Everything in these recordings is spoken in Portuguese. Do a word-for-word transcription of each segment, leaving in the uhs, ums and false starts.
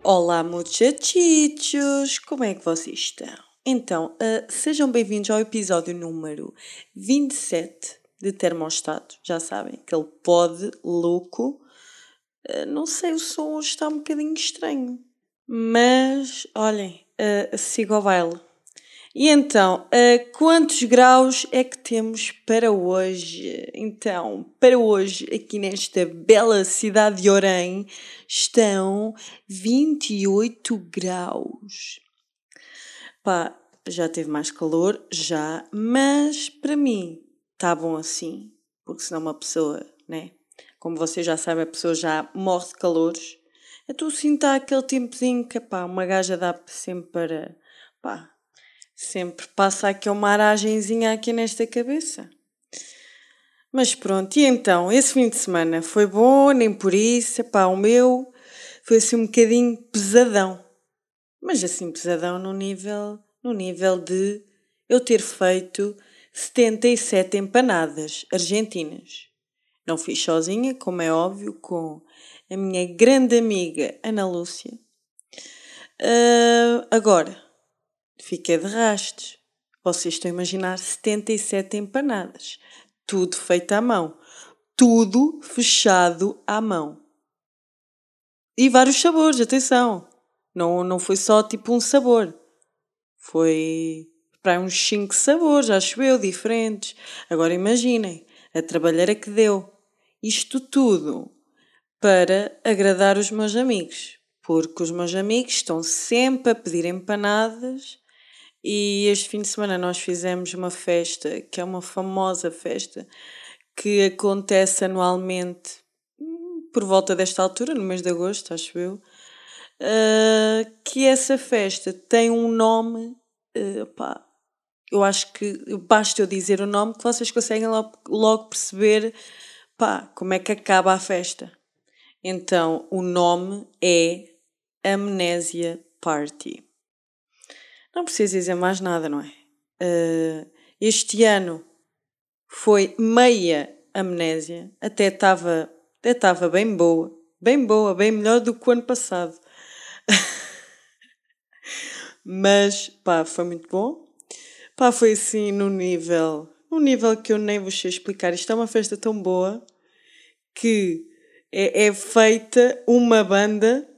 Olá, muchachichos! Como é que vocês estão? Então, uh, sejam bem-vindos ao episódio número vinte e sete de Termostato. Já sabem, aquele pod louco. Uh, não sei, o som hoje está um bocadinho estranho. Mas, olhem, uh, siga ao baile. E então, uh, quantos graus é que temos para hoje? Então, para hoje, aqui nesta bela cidade de Orem, estão vinte e oito graus. Pá, já teve mais calor, já, mas para mim está bom assim, porque senão uma pessoa, né? Como vocês já sabem, a pessoa já morre de calores. Então, assim está aquele tempozinho que, pá, uma gaja dá sempre para, pá, sempre passa aqui uma aragenzinha aqui nesta cabeça. Mas pronto, e então, esse fim de semana foi bom, nem por isso, pá, o meu foi assim um bocadinho pesadão. Mas assim pesadão no nível, no nível de eu ter feito setenta e sete empanadas argentinas. Não fiz sozinha, como é óbvio, com a minha grande amiga Ana Lúcia. Uh, agora, fiquei de rastos. Vocês estão a imaginar setenta e sete empanadas. Tudo feito à mão. Tudo fechado à mão. E vários sabores, atenção. Não, não foi só tipo um sabor. Foi para uns cinco sabores, acho eu, diferentes. Agora imaginem, a trabalheira que deu. Isto tudo para agradar os meus amigos. Porque os meus amigos estão sempre a pedir empanadas. E este fim de semana nós fizemos uma festa, que é uma famosa festa, que acontece anualmente por volta desta altura, no mês de agosto, acho eu, uh, que essa festa tem um nome, uh, pá, eu acho que basta eu dizer o nome que vocês conseguem logo, logo perceber, pá, como é que acaba a festa. Então, o nome é Amnésia Party. Não preciso dizer mais nada, não é? Uh, este ano foi meia amnésia, até estava até estava bem boa, bem boa, bem melhor do que o ano passado. Mas, pá, foi muito bom. Pá, foi assim no nível, num nível que eu nem vos sei explicar. Isto é uma festa tão boa que é, é feita uma banda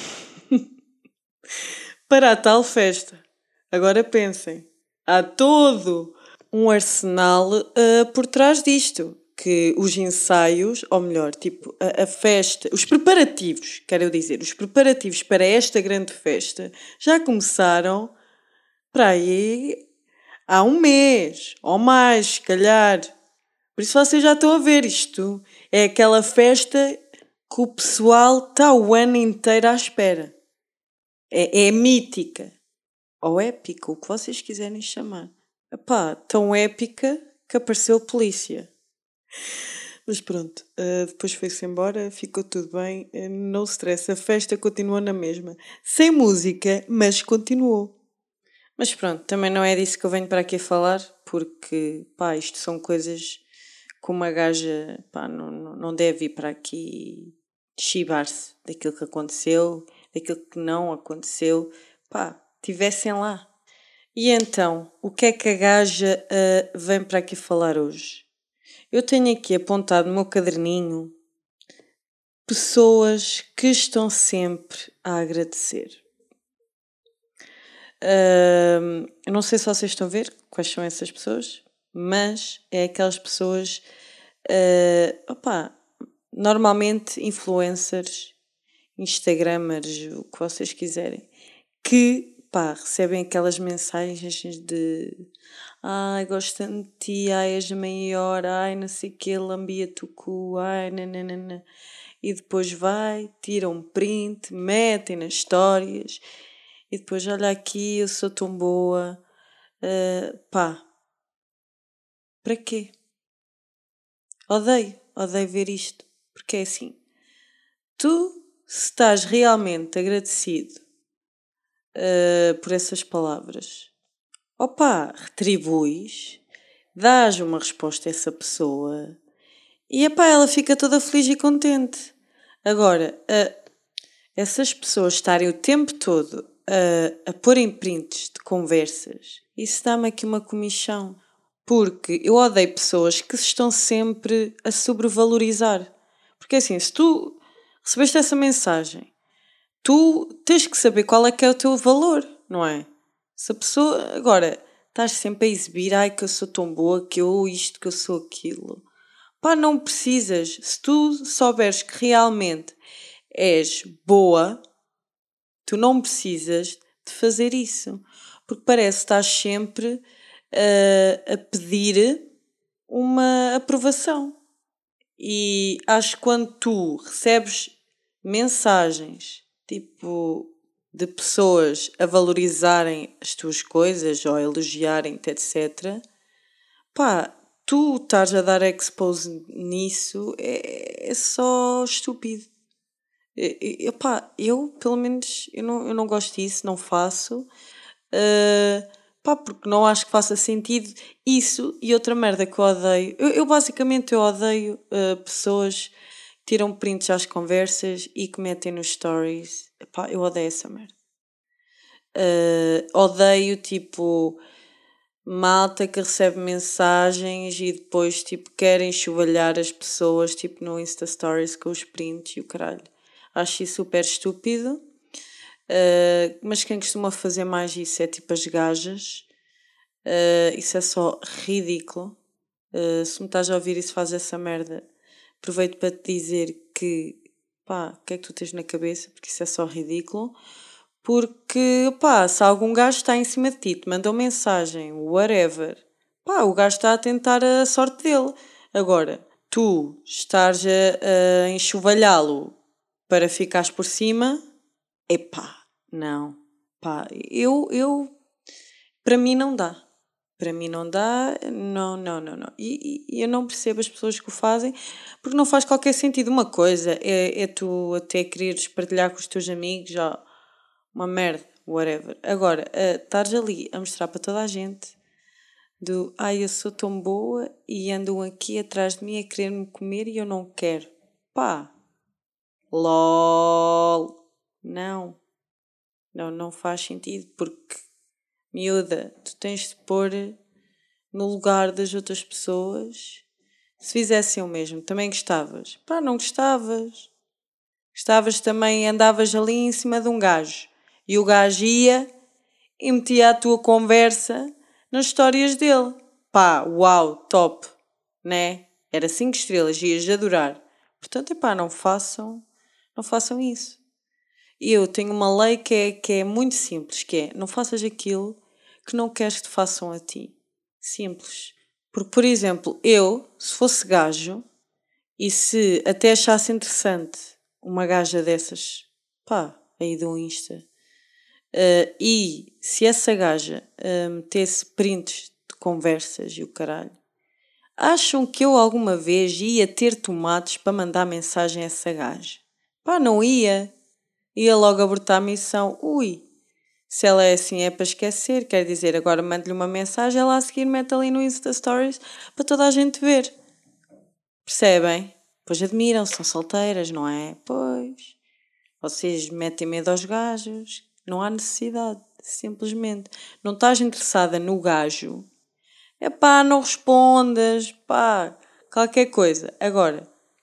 para a tal festa. Agora pensem, há todo um arsenal uh, por trás disto. Que os ensaios, ou melhor, tipo, a, a festa, os preparativos, quero eu dizer, os preparativos para esta grande festa já começaram para aí há um mês, ou mais, se calhar. Por isso vocês já estão a ver isto. É aquela festa que o pessoal está o ano inteiro à espera. É, é mítica. Ou épica, o que vocês quiserem chamar. Epá, tão épica que apareceu polícia. Mas pronto, uh, depois foi-se embora, ficou tudo bem, uh, não stress, a festa continuou na mesma. Sem música, mas continuou. Mas pronto, também não é disso que eu venho para aqui a falar, porque, pá, isto são coisas que uma gaja, pá, não, não deve ir para aqui chibar-se daquilo que aconteceu, daquilo que não aconteceu, pá, tivessem lá. E então, o que é que a gaja uh, vem para aqui falar hoje? Eu tenho aqui apontado no meu caderninho pessoas que estão sempre a agradecer. Uh, eu não sei se vocês estão a ver quais são essas pessoas, mas é aquelas pessoas, uh, opa, normalmente influencers, instagramers, o que vocês quiserem, que pá, recebem aquelas mensagens de ai, gosto tanto de ti, ai, és a maior, ai, não sei o quê, lambia-te o cu, ai, nananana. E depois vai, tira um print, metem nas histórias e depois olha aqui, eu sou tão boa. Uh, pá, para quê? Odeio, odeio ver isto, porque é assim, tu se estás realmente agradecido uh, por essas palavras, opá, retribuis, dás uma resposta a essa pessoa e epá, ela fica toda feliz e contente. Agora, uh, essas pessoas estarem o tempo todo a, a pôr em prints de conversas, isso dá-me aqui uma comichão. Porque eu odeio pessoas que se estão sempre a sobrevalorizar. Porque assim, se tu recebeste essa mensagem, tu tens que saber qual é que é o teu valor, não é? Se a pessoa... Agora, estás sempre a exibir, ai que eu sou tão boa, que eu isto, que eu sou aquilo. Pá, não precisas. Se tu souberes que realmente és boa, tu não precisas de fazer isso. Porque parece que estás sempre uh, a pedir uma aprovação. E acho que quando tu recebes mensagens tipo de pessoas a valorizarem as tuas coisas ou a elogiarem-te, etcétera, pá, tu estás a dar expose nisso é, é só estúpido. Eu, pá, eu, pelo menos, eu não, eu não gosto disso, não faço. Uh, pá, porque não acho que faça sentido isso. E outra merda que eu odeio, eu, eu basicamente eu odeio uh, pessoas que tiram prints às conversas e que metem nos stories. Pá, eu odeio essa merda. Uh, odeio tipo malta que recebe mensagens e depois tipo querem enxovalhar as pessoas tipo no Insta Stories com os prints e o caralho. Acho isso super estúpido. Uh, mas quem costuma fazer mais isso é tipo as gajas. Uh, isso é só ridículo. Uh, se me estás a ouvir e se faz essa merda, aproveito para te dizer que pá, o que é que tu tens na cabeça? Porque isso é só ridículo. Porque pá, se algum gajo está em cima de ti, te mandou mensagem, whatever, pá, o gajo está a tentar a sorte dele. Agora, tu estás a, a enxovalhá-lo para ficares por cima, epá, não. Pá, eu, eu, para mim não dá. Para mim não dá, não, não, não, não. E, e eu não percebo as pessoas que o fazem, porque não faz qualquer sentido. Uma coisa é, é tu até quereres partilhar com os teus amigos, já, uma merda, whatever. Agora, uh, estares ali a mostrar para toda a gente do, ai, eu sou tão boa e andam aqui atrás de mim a querer-me comer e eu não quero. Pá, lol, não. Não, não faz sentido, porque, miúda, tu tens de pôr no lugar das outras pessoas. Se fizessem o mesmo, também gostavas? Pá, não gostavas. Gostavas também, andavas ali em cima de um gajo. E o gajo ia e metia a tua conversa nas histórias dele. Pá, uau, top, né? Era cinco estrelas, ias adorar. Portanto, epá, não façam, não façam isso. Eu tenho uma lei que é, que é muito simples, que é, não faças aquilo que não queres que te façam a ti. Simples. Porque, por exemplo, eu, se fosse gajo, e se até achasse interessante uma gaja dessas, pá, aí do Insta, uh, e se essa gaja uh, metesse prints de conversas e o caralho, acham que eu alguma vez ia ter tomates para mandar mensagem a essa gaja? Pá, não ia. Ia logo abortar a missão. Ui, se ela é assim é para esquecer, quer dizer, agora mande-lhe uma mensagem, ela a seguir mete ali no Insta Stories para toda a gente ver. Percebem? Pois admiram, são solteiras, não é? Pois. Vocês metem medo aos gajos. Não há necessidade, simplesmente. Não estás interessada no gajo. É pá, não respondas, pá, qualquer coisa. Agora,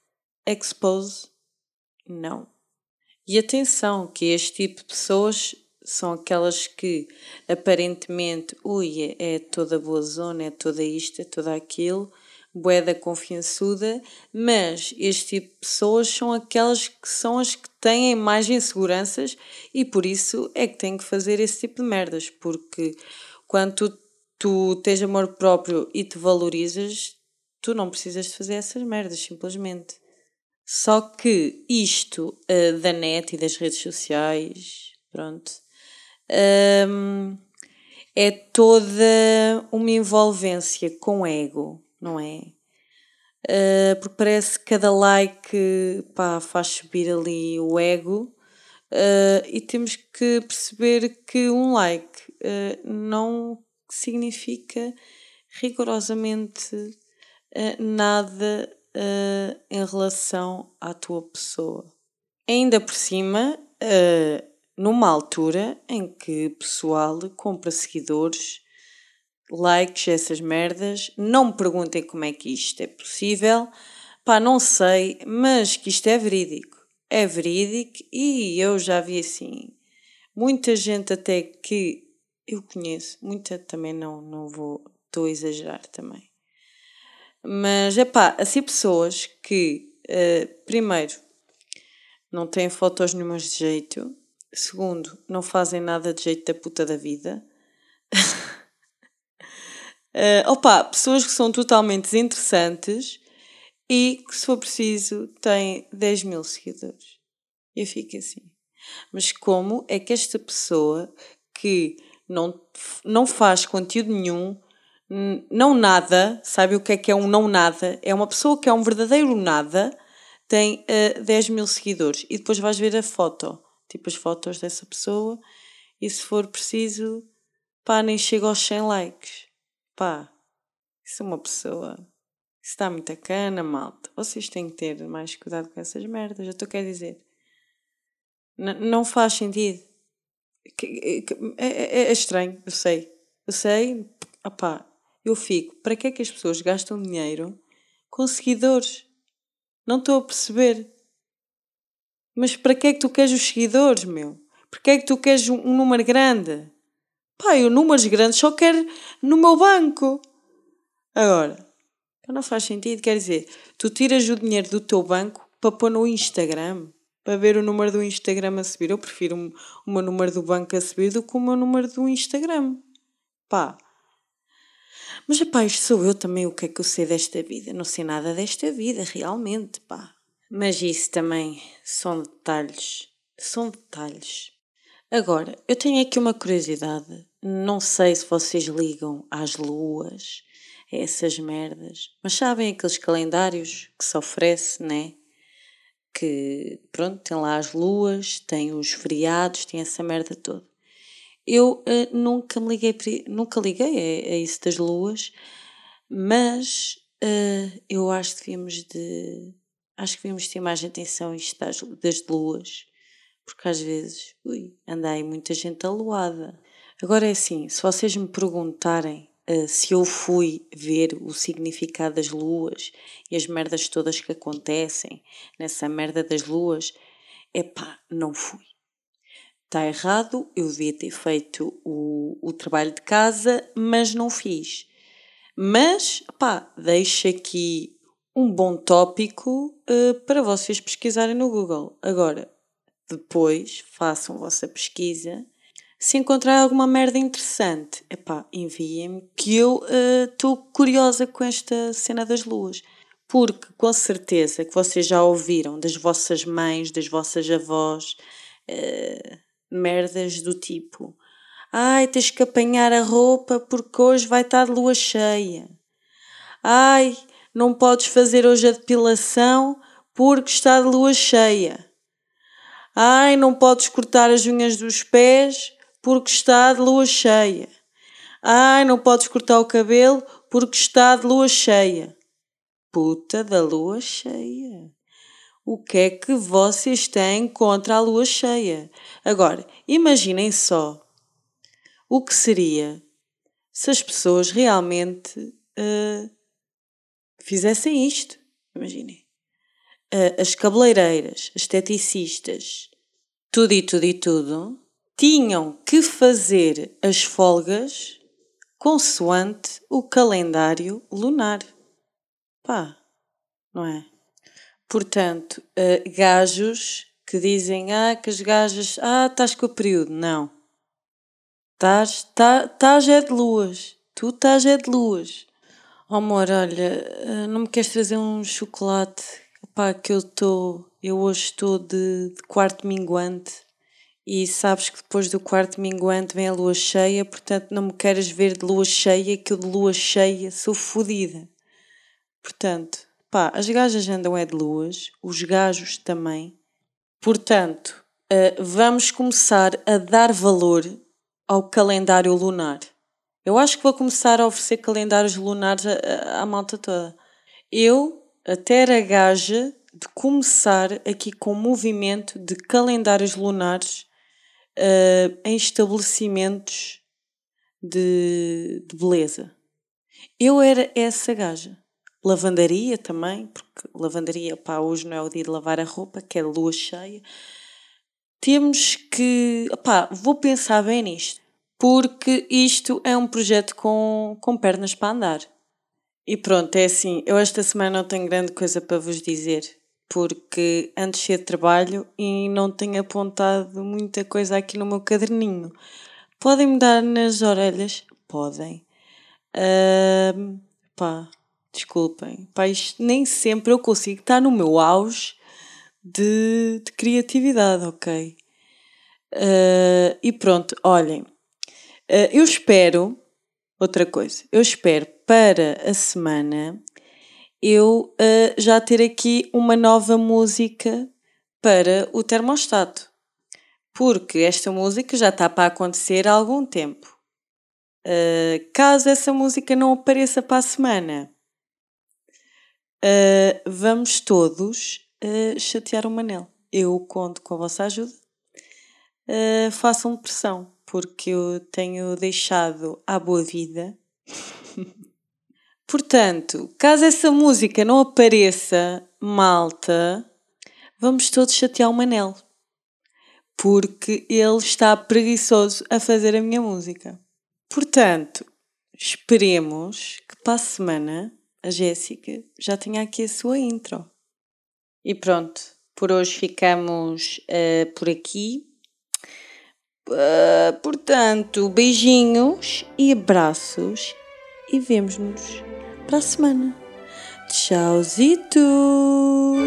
expose, não. E atenção, que este tipo de pessoas são aquelas que aparentemente, ui, é, é toda boa zona, é toda isto, é toda aquilo, bué da confiançuda, mas este tipo de pessoas são aquelas que são as que têm mais inseguranças e por isso é que têm que fazer esse tipo de merdas, porque quando tu, tu tens amor próprio e te valorizas, tu não precisas de fazer essas merdas, simplesmente. Só que isto uh, da net e das redes sociais, pronto, um, é toda uma envolvência com ego, não é? Uh, porque parece que cada like, pá, faz subir ali o ego uh, e temos que perceber que um like uh, não significa rigorosamente uh, nada uh, em relação à tua pessoa. Ainda por cima, uh, numa altura em que o pessoal compra seguidores, likes, essas merdas. Não me perguntem como é que isto é possível. Pá, não sei, mas que isto é verídico. É verídico e eu já vi assim muita gente até que eu conheço, muita também não, não vou, estou a exagerar também. Mas, é pá, assim pessoas que, uh, primeiro, não têm fotos nenhumas de jeito. Segundo, não fazem nada de jeito da puta da vida. uh, opa, pessoas que são totalmente desinteressantes e que, se for preciso, têm dez mil seguidores. Eu fico assim. Mas como é que esta pessoa que não, não faz conteúdo nenhum, não nada, sabe o que é que é um não nada? É uma pessoa que é um verdadeiro nada, tem uh, dez mil seguidores. E depois vais ver a foto, tipo as fotos dessa pessoa, e se for preciso, pá, nem chega aos cem likes. Pá, isso é uma pessoa... Isso está muita cana, malta. Vocês têm que ter mais cuidado com essas merdas. Eu estou a querer dizer... N- não faz sentido. Que- que- É, é- é estranho, eu sei. Eu sei, opá, eu fico. Para que é que as pessoas gastam dinheiro com seguidores? Não estou a perceber. Mas para que é que tu queres os seguidores, meu? Para que é que tu queres um, um número grande? Pá, eu números grandes só quero no meu banco. Agora, não faz sentido. Quer dizer, tu tiras o dinheiro do teu banco para pôr no Instagram. Para ver o número do Instagram a subir. Eu prefiro o, o meu número do banco a subir do que o meu número do Instagram. Pá. Mas, pá, isto sou eu também. O que é que eu sei desta vida? Não sei nada desta vida, realmente, pá. Mas isso também são detalhes. São detalhes. Agora, eu tenho aqui uma curiosidade. Não sei se vocês ligam às luas, a essas merdas. Mas sabem aqueles calendários que se oferece, né? Que, pronto, tem lá as luas, tem os feriados, tem essa merda toda. Eu uh, nunca me liguei, nunca liguei a, a isso das luas, mas uh, eu acho que devíamos de, acho que devíamos ter mais atenção a isto das, das luas, porque às vezes, ui, anda aí muita gente aluada. Agora é assim, se vocês me perguntarem uh, se eu fui ver o significado das luas e as merdas todas que acontecem nessa merda das luas, epá, não fui. Está errado, eu devia ter feito o, o trabalho de casa, mas não fiz. Mas, pá, deixo aqui um bom tópico uh, para vocês pesquisarem no Google. Agora, depois, façam a vossa pesquisa. Se encontrar alguma merda interessante, epá, enviem-me, que eu estou uh, curiosa com esta cena das luas. Porque, com certeza, que vocês já ouviram das vossas mães, das vossas avós... Uh, merdas do tipo: ai, tens que apanhar a roupa porque hoje vai estar de lua cheia. Ai, não podes fazer hoje a depilação porque está de lua cheia. Ai, não podes cortar as unhas dos pés porque está de lua cheia. Ai, não podes cortar o cabelo porque está de lua cheia. Puta da lua cheia. O que é que vocês têm contra a lua cheia? Agora, imaginem só o que seria se as pessoas realmente uh, fizessem isto. Imaginem. Uh, as cabeleireiras, as esteticistas, tudo e tudo e tudo, tinham que fazer as folgas consoante o calendário lunar. Pá, não é? Portanto, uh, gajos que dizem ah, que as gajas, ah, estás com o período. Não. Estás tá, tás é de luas. Tu estás é de luas. Oh, amor, olha, uh, não me queres trazer um chocolate? Pá, que eu estou, eu hoje estou de, de quarto minguante e sabes que depois do quarto minguante vem a lua cheia, portanto não me queres ver de lua cheia, que eu de lua cheia sou fodida. Portanto, pá, as gajas andam é de luas, os gajos também. Portanto, uh, vamos começar a dar valor ao calendário lunar. Eu acho que vou começar a oferecer calendários lunares à, à, à malta toda. Eu até era gaja de começar aqui com um movimento de calendários lunares uh, em estabelecimentos de, de beleza. Eu era essa gaja. Lavandaria também, porque lavandaria, pá, hoje não é o dia de lavar a roupa, que é lua cheia. Temos que, pá, vou pensar bem nisto, porque isto é um projeto com, com pernas para andar. E pronto, é assim, eu esta semana não tenho grande coisa para vos dizer, porque antes de trabalho e não tenho apontado muita coisa aqui no meu caderninho. Podem-me dar nas orelhas? Podem. Uh, pá, desculpem. Pá, isto nem sempre eu consigo estar no meu auge de, de criatividade, ok? Uh, e pronto, olhem. Uh, eu espero, outra coisa, eu espero para a semana eu uh, já ter aqui uma nova música para o termostato. Porque esta música já está para acontecer há algum tempo. Uh, caso essa música não apareça para a semana, uh, vamos todos uh, chatear o Manel. Eu conto com a vossa ajuda. Uh, façam pressão, porque eu tenho deixado à boa vida. Portanto, caso essa música não apareça, malta, vamos todos chatear o Manel. Porque ele está preguiçoso a fazer a minha música. Portanto, esperemos que para a semana a Jéssica já tenha aqui a sua intro. E pronto, por hoje ficamos uh, por aqui. Uh, portanto, beijinhos e abraços e vemo-nos para a semana. Tchauzitos!